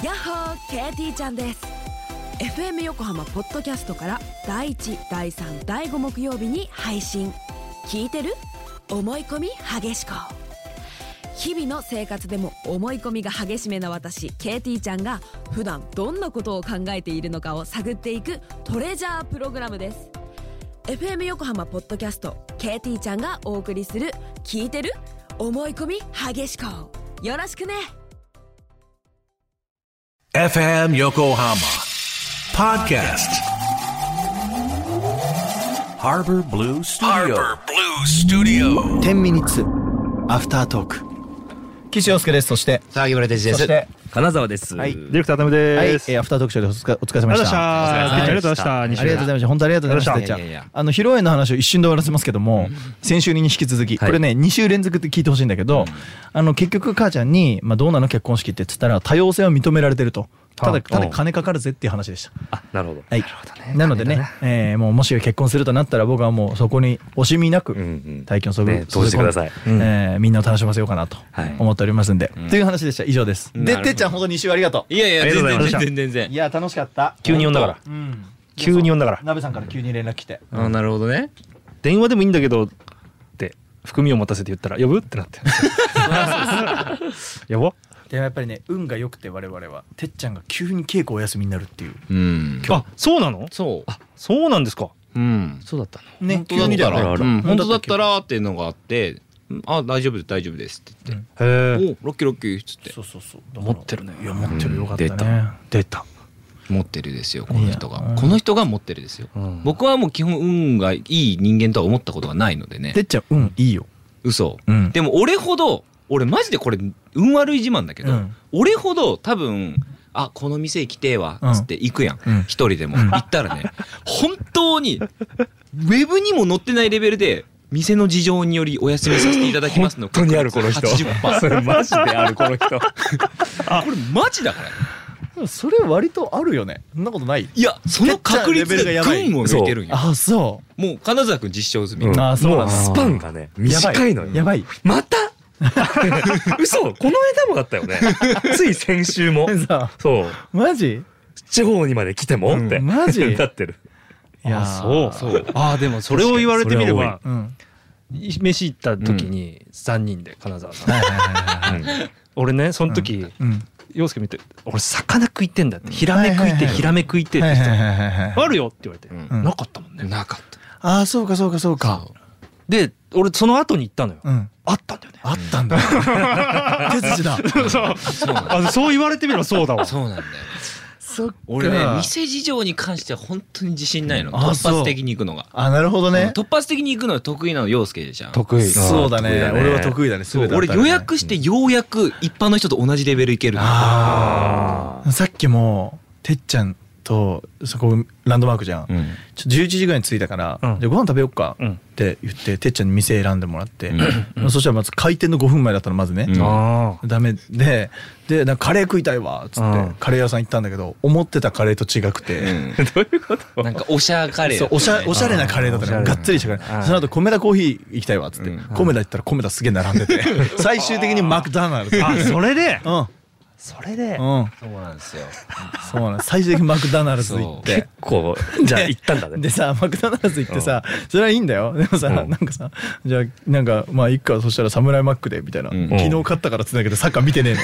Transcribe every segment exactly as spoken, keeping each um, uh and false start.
やっほー ケーティー ちゃんです。 エフエム 横浜ポッドキャストからだいいち、だいさん、だいご木曜日に配信。聞いてる？思い込み激しこ。日々の生活でも思い込みが激しめな私 ケーティー ちゃんが普段どんなことを考えているのかを探っていくトレジャープログラムです。 エフエム 横浜ポッドキャスト ケーティー ちゃんがお送りする聞いてる？思い込み激しこ。よろしくね。 エフエム 横浜 Podcast Harbor Blue Studio Harbor Blue Studio じゅうミニッツアフタートーク。岸洋介です。そして沢木村哲司です。 そして金沢です。 はい、 ディレクタータムです。 はい、えー、アフタートークショーでお疲れ、お疲れ様でした。 ありがとうございました。 ありがとうございました。本当ありがとうございました。 いやいやあの披露宴の話を一瞬で終わらせますけども、先週に引き続き、これねに週連続って聞いてほしいんだけど、あの結局母ちゃんにまあどうなの結婚式ってっつったら多様性は認められてると。ただただ金かかるぜっていう話でした。 あ、なるほど。 はい。なのでね、えー、もうもし結婚するとなったら僕はもうそこに惜しみなく大金を注ぐ、 ね、投じてください。 えー、みんなを楽しませようかなと思っておりますんで、はい、という話でした。以上です。で、てっちゃん本当にに週ありがとう。 いやいや全然全然全然。 いや楽しかった。 急に呼んだから。うん、急に呼んだから。 鍋さんから急に連絡来て。 うん、あ、なるほどね。 電話でもいいんだけどって含みを持たせて言ったら呼ぶってなって。呼ぼう。 でもやっぱりね運が良くて我々はてっちゃんが急に稽古お休みになるっていう。 うん。 あ、そうなの？ そう。 あ、そうなんですか。 うん。そうだったの。 ね、 本当だったら、 うん、 本当だったらっていうのがあって、あ、大丈夫です大丈夫ですって言って。へえ。お、ロッキーロッキーっつって。 そうそうそう。 持ってるね。 いや持ってる、よかったね。 出た。 出た。 持ってるですよこの人が。この人が持ってるですよ。僕はもう基本運がいい人間とは思ったことがないのでね。 てっちゃん運いいよ。 嘘。でも俺ほど。俺マジでこれ運悪い自慢だけど、うん、俺ほど多分あこの店行きてえわっつって行くやん、うん、一人でも、うん、行ったらね本当にウェブにも載ってないレベルで店の事情によりお休みさせていただきますの本当にあるこの人 はちじゅっパーセント それマジであるこの人あこれマジだからね。それ割とあるよね。そんなことない？ いやその確率で群を抜いてるんよ。 あ、そう。 もう金沢くん実証済み、 うん、あ、そうなんだ。 スパンがね短いのよ。 やばい。 また嘘、この間もだったよね。つい先週も。そう。 マジ？ 地方にまで来ても、うん、ってマジなってる。 いやそうそう。あ、でもそれを言われてみれば、うん、飯行った時にさんにんで金沢さん。俺ねその時、陽介見て俺魚食いてんだって、ヒラメ食いてヒラメ食いてって言ってた。あるよって言われて、なかったもんね。 なかった。 ああそうかそうかそうか。 で俺その後に行ったのよ。あったんだよね。 あったんだ。手筋だ。 そうそう言われてみればそうだわ。 そうなんだよ。俺ね店事情に関しては本当に自信ないの。突発的に行くのが。 あ、なるほどね。 突発的に行くのは得意なの陽介じゃん。 得意。 そうだね。俺は得意だね。 俺予約してようやく一般の人と同じレベルいける。 ああ。さっきもてっちゃんとそこランドマークじゃん、うん、ちょじゅういちじぐらいに着いたから、うん、じゃあご飯食べよっかって言っててっちゃんに店選んでもらって、うん、そしたらまず開店のごふんまえだったのまずね、うん、ダメででなんかカレー食いたいわっつって、うん、カレー屋さん行ったんだけど思ってたカレーと違くて、うん、 どういうこと？ なんかおしゃカレー、 そうおしゃおしゃれなカレーだったね。がっつりしたカレー。その後米田コーヒー行きたいわっつって、うん、米田行ったら米田すげえ並んでて最終的にマクドナルド。 あ、それで、うん、 それで、 うん、そうなんですよ。 そうなんです。最終的にマクドナルド行って結構じゃあ行ったんだね。 でさマクドナルド行ってさ、それはいいんだよ。でもさ、なんかさじゃあなんかまあいっか、そしたらサムライマックでみたいな、昨日勝ったからっつうんだけどサッカー見てねえの。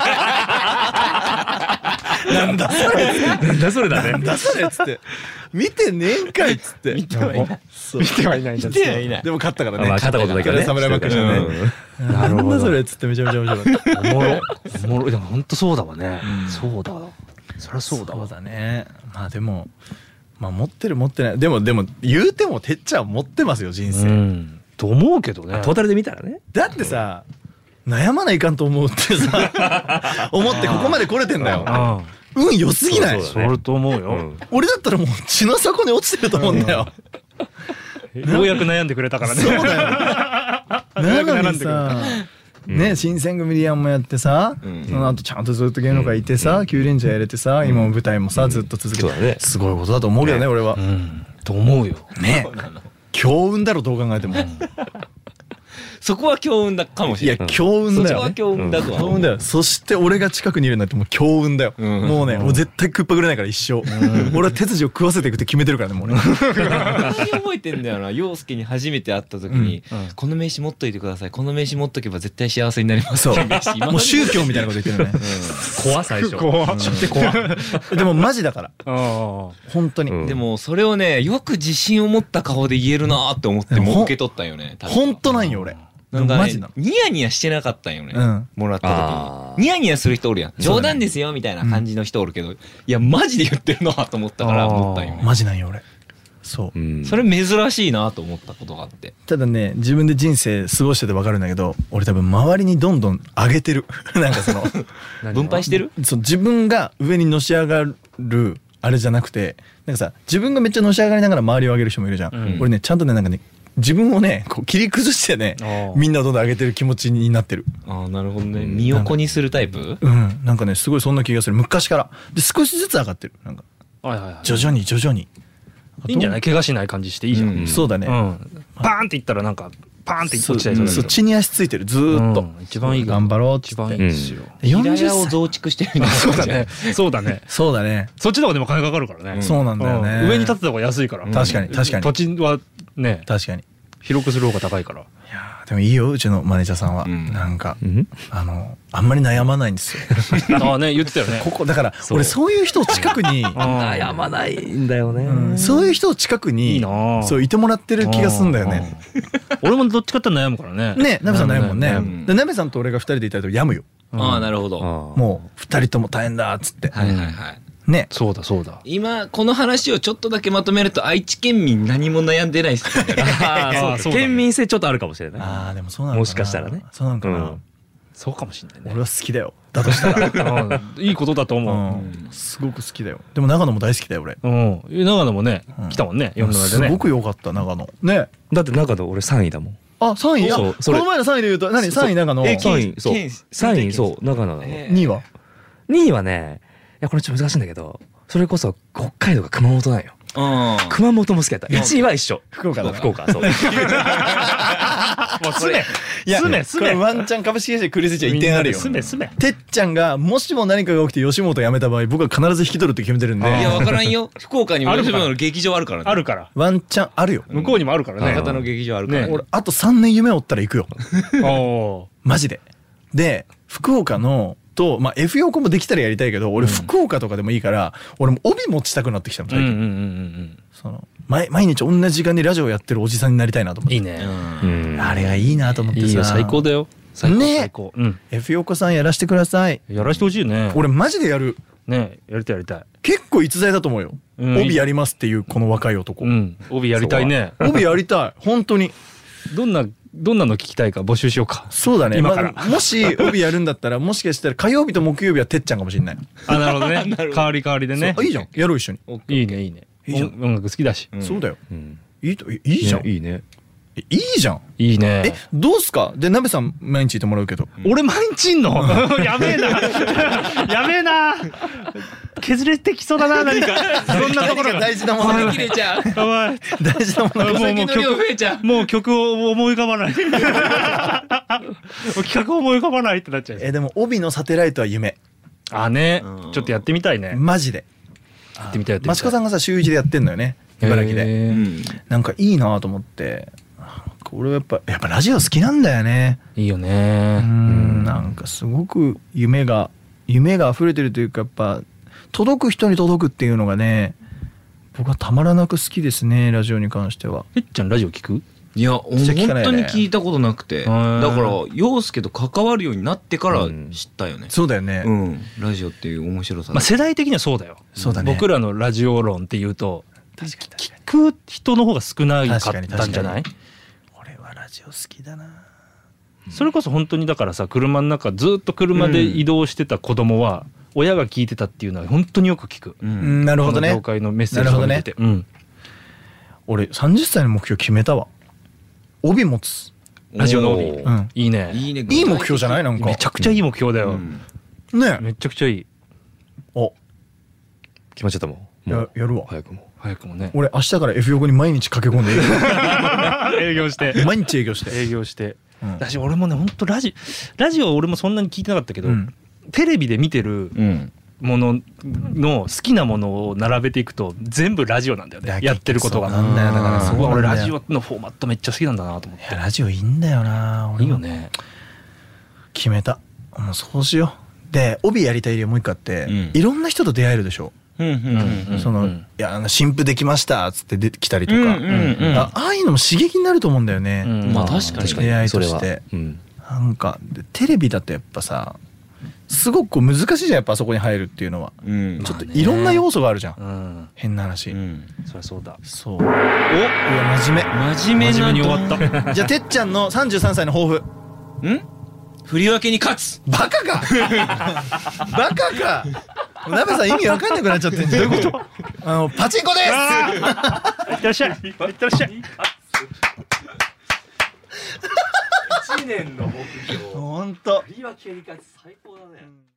なんだそれなんだそれだね。 なんだそれっつって見てねえんかいっつって見てはいない見てはいないんだ。 でも勝ったからね。 勝ったことだけどね。 サムライマックじゃね。なんだそれっつってめちゃめちゃ面白かった。 おもろおもろ。でも本当そうだわね。そうだ。そりゃそうだわ。 そうだね。まあでもまあ持ってる持ってない、でもでも言うてもてっちゃん持ってますよ人生。 と思うけどね。トータルで見たらね。 だってさ悩まないかんと思うってさ思ってここまで来れてんだよ。運良すぎない？ それと思うよ。 俺だったらもう血の底に落ちてると思うんだよ。 ようやく悩んでくれたからね。 そうだよ。なのにさね、新選組リアンもやってさ、その後ちゃんとずっと芸能界いてさ、キュウレンジャーやれてさ、今も舞台もさずっと続けて、すごいことだと思うけどね俺は。 と思うよ。 ね、強運だろどう考えても。 そこは強運だかもしれない。 いや強運だよ、ね、 そこは強運だとは思う、 強運だよ。そして俺が近くにいるんだってもう強運だよ、うん、もうね、うん、もう絶対食っぱぐれないから一生、うん、俺は手筋を食わせていくって決めてるからねもうね何覚えてんだよな。陽介に初めて会った時に、うん、この名刺持っといてください、この名刺持っとけば絶対幸せになります。 そうもう宗教みたいなこと言ってるね、 うん、怖最初怖、うん、怖でもマジだから本当に、うん、 でもそれをねよく自信を持った顔で言えるなって思っても受け取ったよね。 本当なんよ俺。 なんかね、マジなのニヤニヤしてなかったんよね、うん、もらった時にニヤニヤする人おるやん、冗談ですよみたいな感じの人おるけど、うん、いやマジで言ってるなと思ったから思ったんよね。 マジなんよ俺。そう、うん、 それ珍しいなと思ったことがあって。 ただね自分で人生過ごしてて分かるんだけど、俺多分周りにどんどん上げてるなんかその分配してる。 そう自分が上にのし上がるあれじゃなくて、なんかさ自分がめっちゃのし上がりながら周りを上げる人もいるじゃん、うん、俺ねちゃんとねなんかね自分をねこう切り崩してねみんなをどんどん上げてる気持ちになってる。 ああなるほどね。身を粉にするタイプ。 うんなんかねすごいそんな気がする昔から。で少しずつ上がってるなんか、 はいはいはい、 徐々に徐々に。 いいんじゃない怪我しない感じしていいじゃん、うん、 そうだね、うん 、パーンっていったらなんかパーンって落ちちゃいそうだけど、 そう血に足ついてるずーっと、うん、 一番いい頑張ろう一番いいですよ、 うん、平屋を増築してるみたいな。 そうだねそうだねそうだね。 そっちの方がでも金かかるからね、 うん、そうなんだよね、 うん、上に建てた方が安いから、 うん、確かに確かに土地はね確かに広くする方が高いから。 いやでもいいようちのマネージャーさんは、うん、なんか、うん、あのあんまり悩まないんですよああね言ってたよねここだから俺そういう人を近くに悩まないんだよね、 うん、そういう人を近くにいいなそういてもらってる気がするんだよね。 俺もどっちかって悩むからね。 ねなべさん悩むもんね、うん、でなべさんと俺がふたりでいたら病むよ、 うん、ああなるほど。 もうふたりとも大変だっつって、 はいはいはいね、 そうだそうだ。 今この話をちょっとだけまとめると愛知県民何も悩んでないっすね。 ああそうだ、ね、県民性ちょっとあるかもしれない。 ああでもそうなのかな、 もしかしたらね。 そうなのかな、うん、 そうかもしれないね。 俺は好きだよだとしたらいいことだと思う、 うん、すごく好きだよ。でも長野も大好きだよ俺、 うん、長野もね、うん、来たもんねよんじゅうななでね。 すごく良かった長野ね。 だって長野俺さんいだもん。 あさんい。あこの前のさんいで言うと何さんい長野。 えさんいそうさんいそう長野なの。 にいはにいはねいやこれちょっと難しいんだけどそれこそ北海道が熊本なんよ。熊本も好きだった。いちいは一緒。 福岡だ福岡そうもうすめすめすめ。 これワンチャン株式会社クリスチャーいってんあるよ。 すめすめ。 てっちゃんがもしも何かが起きて吉本辞めた場合僕は必ず引き取るって決めてるんで。 いや分からんよ。福岡にも吉本の劇場あるからね。 あるからワンチャンあるよ。 向こうにもあるからね。 博多の劇場あるからね。 俺あとさんねん夢を追ったら行くよマジで。で福岡のとまあ F 横もできたらやりたいけど俺福岡とかでもいいから俺も帯持ちたくなってきたの最近。その毎日同じ時間にラジオやってるおじさんになりたいなと思って。 いいね。 あれがいいなと思ってさ。 いいよ最高だよ。最高最高。 F 横さんやらしてください。 やらしてほしいね。 俺マジでやるね。やりたいやりたい。 結構逸材だと思うよ、帯やりますっていうこの若い男。 帯やりたいね。 帯やりたい本当に。 どんなどんなの聞きたいか募集しようか。 そうだね今から、 まあ、もし帯やるんだったらもしかしたら火曜日と木曜日はてっちゃんかもしれない。 あなるほどね代わり代わりでね。 いいじゃんやろう一緒に。 いいねいいね。いいじゃん音楽好きだし、 うん、そうだよ、うん、いいといいじゃん、 ね、いいねいいじゃんいいね。 えどうすかでなべさん毎日いてもらうけど、 うん、俺毎日いんのやべえなやべえな削れてきそうだな何かそんなところが大事なものが切れちゃう。 やばい大事なものがもうもう曲増えちゃう。 もう曲を思い浮かばない企画思い浮かばないってなっちゃう。 えでも帯のサテライトは夢。 あねちょっとやってみたいねマジで。 やってみたいやってみたい。 益子さんがさ週一でやってんのよね茨城で。なんかいいなと思って俺はやっぱやっぱラジオ好きなんだよね。 いいよね。 うんなんかすごく夢が夢が溢れてるというかやっぱ届く人に届くっていうのがね僕はたまらなく好きですねラジオに関しては。 えっちゃんラジオ聞く？ いや本当に聞いたことなくて、だから陽介と関わるようになってから知ったよね、うん、 そうだよね、 うん、ラジオっていう面白さ、 まあ、世代的にはそうだよ。 そうだね僕らのラジオ論っていうと聞く人の方が少ないかったんじゃない？ 俺はラジオ好きだな。 それこそ本当にだからさ車の中ずっと車で移動してた子供は親が聞いてたっていうのは本当によく聞く、 うん、なるほどね。 この業界のメッセージを見てて、ねうん、 俺さんじゅっさいの目標決めたわ。帯持つラジオの帯、うん、いいねいいねいい目標じゃない？なんかめちゃくちゃいい目標だよ、うん、 ねめちゃくちゃいい。 お決まっちゃったもん。 もう や, やるわ早くも早くもね。 俺明日から F 横に毎日駆け込んで営業して毎日営業して営業してラジオ俺もね本当ラジラジオ俺もそんなに聞いてなかったけど、うん、テレビで見てるものの好きなものを並べていくと全部ラジオなんだよね、やってることが。 なんだよだからそう俺ラジオのフォーマットめっちゃ好きなんだなと思って。 ラジオいいんだよな。 いいよね。 決めた。もうそうしよう。で帯やりたい理由もう一個あって、うん、いろんな人と出会えるでしょ。そのいやあの新婦できましたっつって出てきたりとか、ああいうのも刺激になると思うんだよね。 まあ確かに出会いとして、なんかテレビだとやっぱさすごくこう難しいじゃん、やっぱあそこに入るっていうのは、ちょっといろんな要素があるじゃん。変な話。 そりゃそうだ。 そう。お、いや真面目。 真面目に終わった。 じゃあてっちゃんのさんじゅうさんさいの抱負。 ん？振り分けに勝つ。 バカか。バカか。ナベさん意味わかんなくなっちゃってんじゃん。どういうこと？あのパチンコです。 いってらっしゃい。いってらっしゃい。一年の目標。 本当。 振り分けに勝つ最高だね。